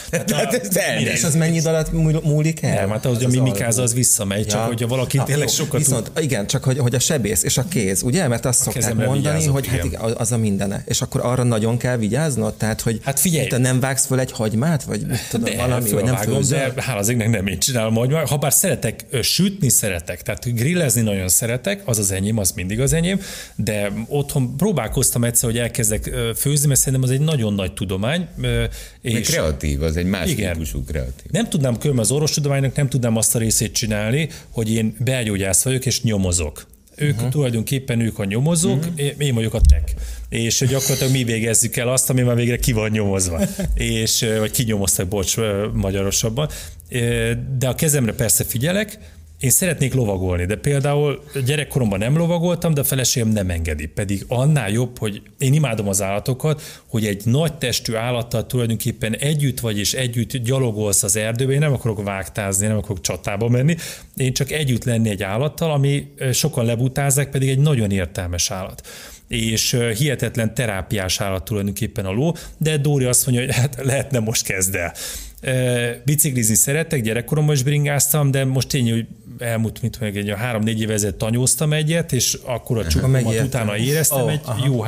És az mennyi alatt múlik el? Nem, hát az a mimikáza az visszamegy, csak hogyha valaki tényleg sokat viszont, igen, csak hogy a sebész és a kéz, ugye? Mert azt szokták mondani, hogy hát az a mindene. És akkor arra nagyon kell vigyáznod? Tehát, hogy hát figyelj, te nem vágsz föl egy hagymát? Vagy tudom, valami, vagy nem főzöl? De hála az égnek nem én csinálom hagymát. Habár szeretek, sütni szeretek, tehát grillezni nagyon szeretek, az az enyém, az mindig az enyém, de otthon próbálkoztam egyszer, hogy elkezdek főzni, mert szerintem az egy nagyon nagy tudomány. És kreatív, az egy más típusú kreatív. Nem tudnám különben az orvostudománynak, nem tudnám azt a részét csinálni, hogy én belgyógyász vagyok és nyomozok. Ők tulajdonképpen ők a nyomozók, én vagyok a tek. És gyakorlatilag mi végezzük el azt, ami már végre ki van nyomozva. Vagy kinyomoztak, bocs, magyarosabban. De a kezemre persze figyelek, én szeretnék lovagolni, de például gyerekkoromban nem lovagoltam, de a feleségem nem engedi. Pedig annál jobb, hogy én imádom az állatokat, hogy egy nagy testű állattal tulajdonképpen együtt vagy, és együtt gyalogolsz az erdőbe. Én nem akarok vágtázni, nem akarok csatába menni. Én csak együtt lenni egy állattal, ami sokan lebutázzák, pedig egy nagyon értelmes állat. És hihetetlen terápiás állat tulajdonképpen a ló, de Dóri azt mondja, hogy hát lehetne most kezd el. Biciklizni szeretek, gyerekkoromban is bringáztam, de most tény, hogy elmúlt, mint mondjuk, 3-4 éve ezelőtt tanyóztam egyet, és akkor a csukomat utána éreztem egy jó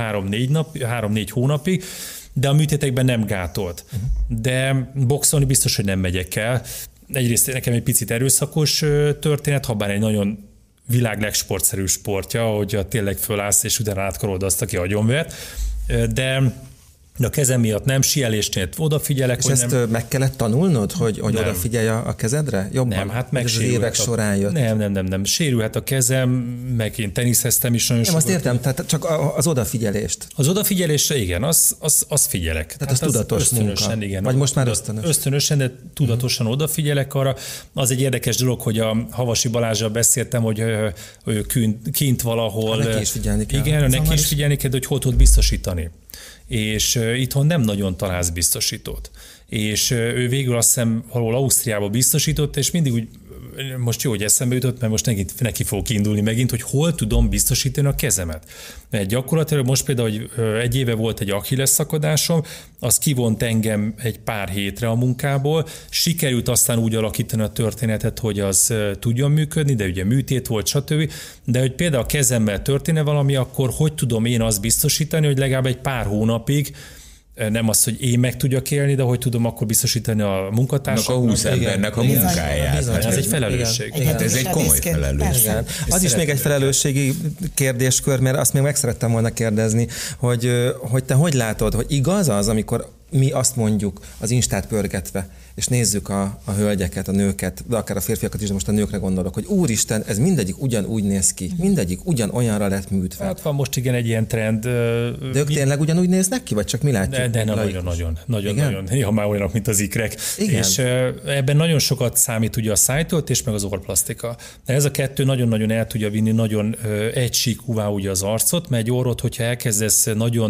3-4 hónapig, de a műtétekben nem gátolt. De boxolni biztos, hogy nem megyek el. Egyrészt nekem egy picit erőszakos történet, habár egy nagyon világ legsportszerű sportja, hogy tényleg fölállsz, és utána átkarolod azt, aki agyonvert. de a kezem miatt nem, síelésnél odafigyelek. És ezt nem... meg kellett tanulnod, hogy odafigyelj a kezedre? Jobban? Nem, hát megsérülhet. Az évek során jött. Nem. Sérülhet a kezem, meg én teniszeztem is nagyon sokat. Nem, azt értem, tehát csak az odafigyelést. Az odafigyelésre, igen, az figyelek. Tehát az tudatos munka. Igen, vagy most már ösztönös? Ösztönösen, de tudatosan odafigyelek arra. Az egy érdekes dolog, hogy a Havasi Balázsral beszéltem, hogy ő kint valahol. Neki is figyelni kell. Igen, neki is figyelni kell, hogy hol tud biztosítani. És itthon nem nagyon találsz biztosítót. És ő végül azt hiszem valahol Ausztriába biztosított, és mindig úgy, most jó, hogy eszembe jutott, mert most neki fogok indulni megint, hogy hol tudom biztosítani a kezemet. Mert gyakorlatilag most például, hogy egy éve volt egy Achilles szakadásom, az kivont engem egy pár hétre a munkából, sikerült aztán úgy alakítani a történetet, hogy az tudjon működni, de ugye műtét volt, stb. De hogy például a kezemmel történne valami, akkor hogy tudom én azt biztosítani, hogy legalább egy pár hónapig nem az, hogy én meg tudjak élni, de hogy tudom akkor biztosítani a munkatársaknak. A 20 embernek a munkáját. Ez egy felelősség. Hát ez egy komoly felelősség. Az is még egy felelősségi kérdéskör, mert azt még meg szerettem volna kérdezni, hogy te hogy látod, hogy igaz az, amikor mi azt mondjuk az Instát pörgetve, és nézzük a hölgyeket, a nőket, de akár a férfiakat is, de most a nőkre gondolok, hogy úristen, ez mindegyik ugyanúgy néz ki, mindegyik ugyanolyanra lett műtve. Hát van most igen egy ilyen trend. De ők tényleg ugyanúgy néznek ki, vagy csak mi látjuk? De nagyon. Néha már olyanok, mint az ikrek. Igen? És ebben nagyon sokat számít ugye a szájtölt és meg az orrplasztika. De ez a kettő nagyon-nagyon el tudja vinni nagyon egysíkúvá ugye az arcot, mert egy orrot, hogyha elkezdesz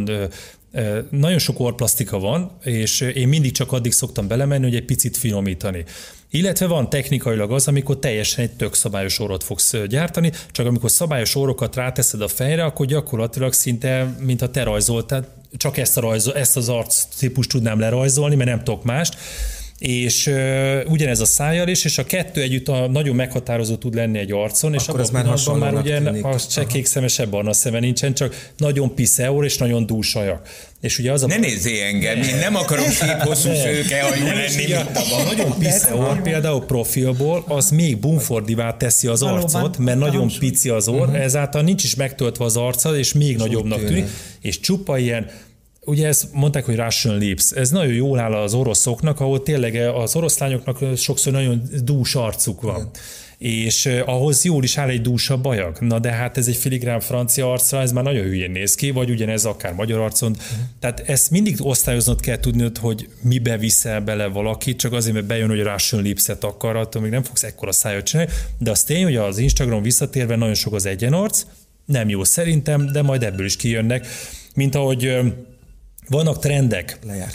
nagyon sok orrplasztika van, és én mindig csak addig szoktam belemenni, hogy egy picit finomítani. Illetve van technikailag az, amikor teljesen egy tök szabályos orrot fogsz gyártani, csak amikor szabályos orrokat ráteszed a fejre, akkor gyakorlatilag szinte, mint a te rajzoltad, csak ezt az arctípust tudnám lerajzolni, mert nem tudok mást. És ugyanez a szájjal is, és a kettő együtt nagyon meghatározó tud lenni egy arcon, és akkor abban már ugye a se kék szeme, se barna szeme nincsen, csak nagyon piszeor és nagyon dúsajak. És ugye az ne nézzél engem, én nem akarom szép hosszú szőkehajú lenni, mint a nagyon piszeor, például profilból, az még bumfordivá teszi az arcot, mert nagyon pici az orr, ezáltal nincs is megtöltve az arcad, és még nagyobbnak tűnik, és csupa ilyen. Ugye ezt mondták, hogy Russian lips. Ez nagyon jól áll az oroszoknak, ahol tényleg az oroszlányoknak sokszor nagyon dús arcuk van. Igen. És ahhoz jól is áll egy dúsabb ajag. Na de hát ez egy filigrán francia arcra, ez már nagyon hülyén néz ki, vagy ugyanez akár magyar arcon. Tehát ezt mindig osztályoznod kell tudnod, hogy mibe viszel bele valaki, csak azért, mert bejön, hogy Russian lipset akar, attól még nem fogsz ekkora szájat csinálni. De az tény, hogy az Instagram visszatérve nagyon sok az egyenarc, nem jó szerintem, de majd ebből is kijönnek. Mint ahogy vannak trendek,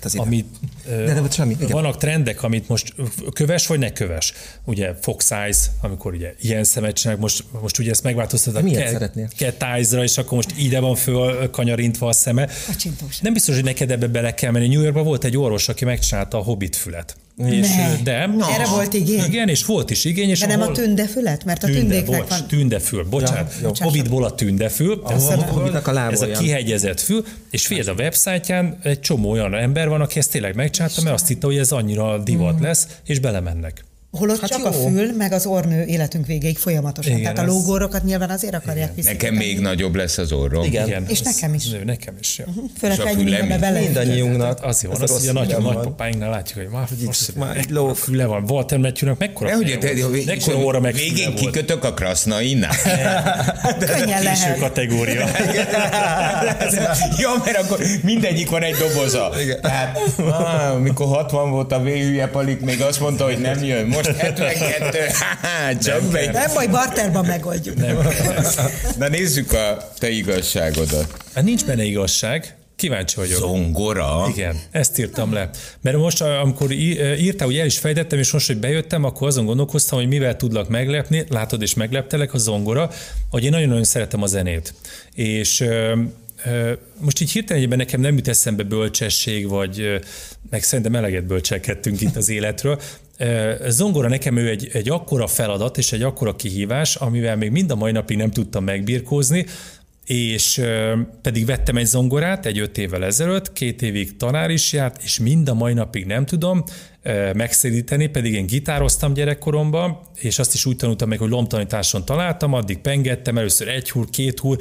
vannak trendek, amit most köves vagy ne köves. Ugye Fox Eyes, amikor ugye ilyen szemet csinálnak, most ugye ezt megváltoztatnak Cat Eyes-ra, és akkor most ide van föl kanyarintva a szeme. Nem biztos, hogy neked ebbe bele kell menni. New Yorkban volt egy orvos, aki megcsinálta a Hobbit fület. Erre volt igény? Igen, és volt is igény. És de nem a tündefület? Mert a tündéknek van... Tündefül, bocsánat. Hobbitból a tündefül. Ez a kihegyezett fül, és figyelj, a websájtján egy csomó olyan ember van, aki ezt tényleg megcsinálta, mert azt hitte, hogy ez annyira divat lesz, és belemennek. Holott csak jó. A fül, meg az orrnő életünk végéig folyamatosan. Igen, tehát a lógórokat nyilván azért akarják vissza. Nekem még nagyobb lesz az orrom. Igen. És nekem is. Nekem is, jó. Főleg ennyi mindenbe bele. Mindannyiunknak. Az jó, azt ugye a nagypapáinknál látjuk, hogy már egy ló füle van. Walter Matthewnek mekkora óra meg végén kikötök a krasznainál. Könnyen lehet. Késő kategória. Jó, mert akkor mindegyik van egy doboza. Tehát, amikor 60 volt a véhülye palik, még azt mondta, hogy nem jön. Most 72, csak meg. Nem baj, barterban megoldjuk. Na nézzük a te igazságodat. Hát nincs benne igazság. Kíváncsi vagyok. Zongora? Igen, ezt írtam le. Mert most, amikor írtál, hogy el is fejtettem, és most, hogy bejöttem, akkor azon gondolkoztam, hogy mivel tudlak meglepni. Látod, és megleptelek, a zongora, hogy én nagyon-nagyon szeretem a zenét. És most így hirtelenében nekem nem jut eszembe bölcsesség, vagy meg szerintem eleget bölcselkedtünk itt az életről. Zongora nekem ő egy akkora feladat és egy akkora kihívás, amivel még mind a mai napig nem tudtam megbirkózni, és pedig vettem egy zongorát 5 évvel ezelőtt, 2 évig tanár is járt, és mind a mai napig nem tudom megszedíteni, pedig én gitároztam gyerekkoromban, és azt is úgy tanultam meg, hogy lombtanításon találtam, addig pengettem, először 1 hull, 2 hull,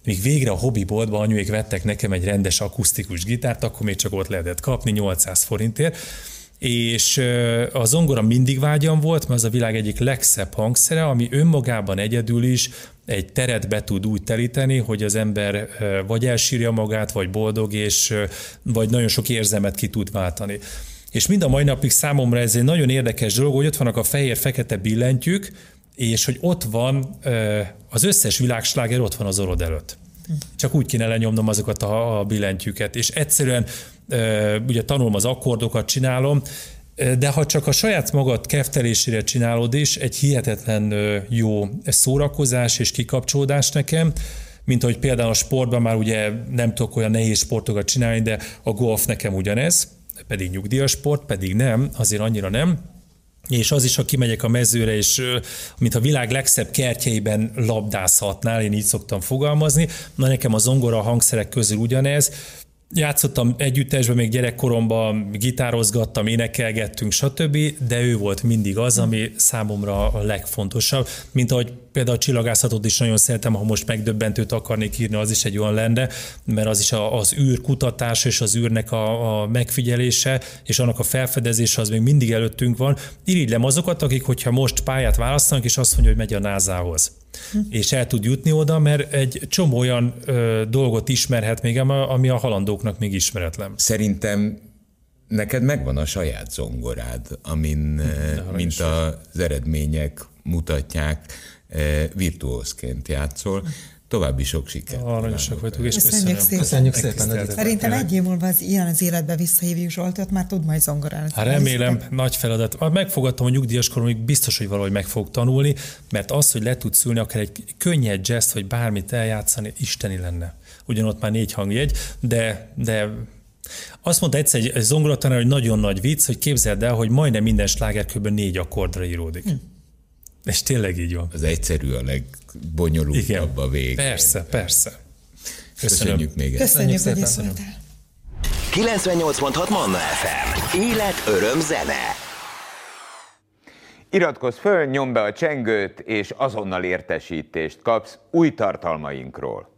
míg végre a hobbiboltban anyuék vettek nekem egy rendes akusztikus gitárt, akkor még csak ott lehetett kapni 800 forintért, és a zongora mindig vágyam volt, mert az a világ egyik legszebb hangszere, ami önmagában egyedül is egy teret be tud úgy telíteni, hogy az ember vagy elsírja magát, vagy boldog, és vagy nagyon sok érzelmet ki tud váltani. És mind a mai napig számomra ez egy nagyon érdekes dolog, hogy ott vannak a fehér-fekete billentyűk, és hogy ott van az összes világsláger ott van az orrod előtt. Csak úgy kéne lenyomnom azokat a billentyűket, és egyszerűen ugye tanulom az akkordokat, csinálom, de ha csak a saját magad keftelésére csinálod is, egy hihetetlen jó szórakozás és kikapcsolódás nekem, mint ahogy például a sportban már ugye nem tudok olyan nehéz sportokat csinálni, de a golf nekem ugyanez, pedig nyugdíjas sport, pedig nem, azért annyira nem. És az is, ha kimegyek a mezőre, és mint a világ legszebb kertjeiben labdázhatnál, én így szoktam fogalmazni, na nekem a zongora hangszerek közül ugyanez. Játszottam együttesben, még gyerekkoromban gitározgattam, énekelgettünk, stb., de ő volt mindig az, ami számomra a legfontosabb. Mint ahogy például a csillagászatot is nagyon szeretem, ha most megdöbbentőt akarnék írni, az is egy olyan lenne, mert az is az űr kutatása és az űrnek a megfigyelése, és annak a felfedezése az még mindig előttünk van. Irigylem azokat, akik, hogyha most pályát választanak, és azt mondja, hogy megy a NASA-hoz. És el tud jutni oda, mert egy csomó olyan dolgot ismerhet még, ami a halandóknak még ismeretlen. Szerintem neked megvan a saját zongorád, amin, mint az eredmények mutatják, virtuózként játszol. További sok sikert. Aranyosak vagytok, és Köszönjük szépen. Szerintem egy év múlva ilyen az életbe visszahívjuk Zsoltot, már tud majd zongorálni. Hát remélem, nagy feladat. Megfogadtam, hogy nyugdíjas koromig biztos, hogy valahogy meg fogok tanulni, mert az, hogy le tudsz ülni, akár egy könnyed jazz, vagy bármit eljátszani, isteni lenne. Ugyanott már 4 hangjegy, de azt mondta egyszer egy zongoratanár, hogy nagyon nagy vicc, hogy képzeld el, hogy majdnem minden sláger kb. 4 akkordra íródik. És tényleg így van. Az egyszerű a legbonyolultabb a végén. Persze. Köszönjük még egyszer. Köszönjük, hogy itt voltál. 98.6 Manna FM. Élet, öröm, zene. Iratkozz föl, nyomd be a csengőt, és azonnal értesítést kapsz új tartalmainkról.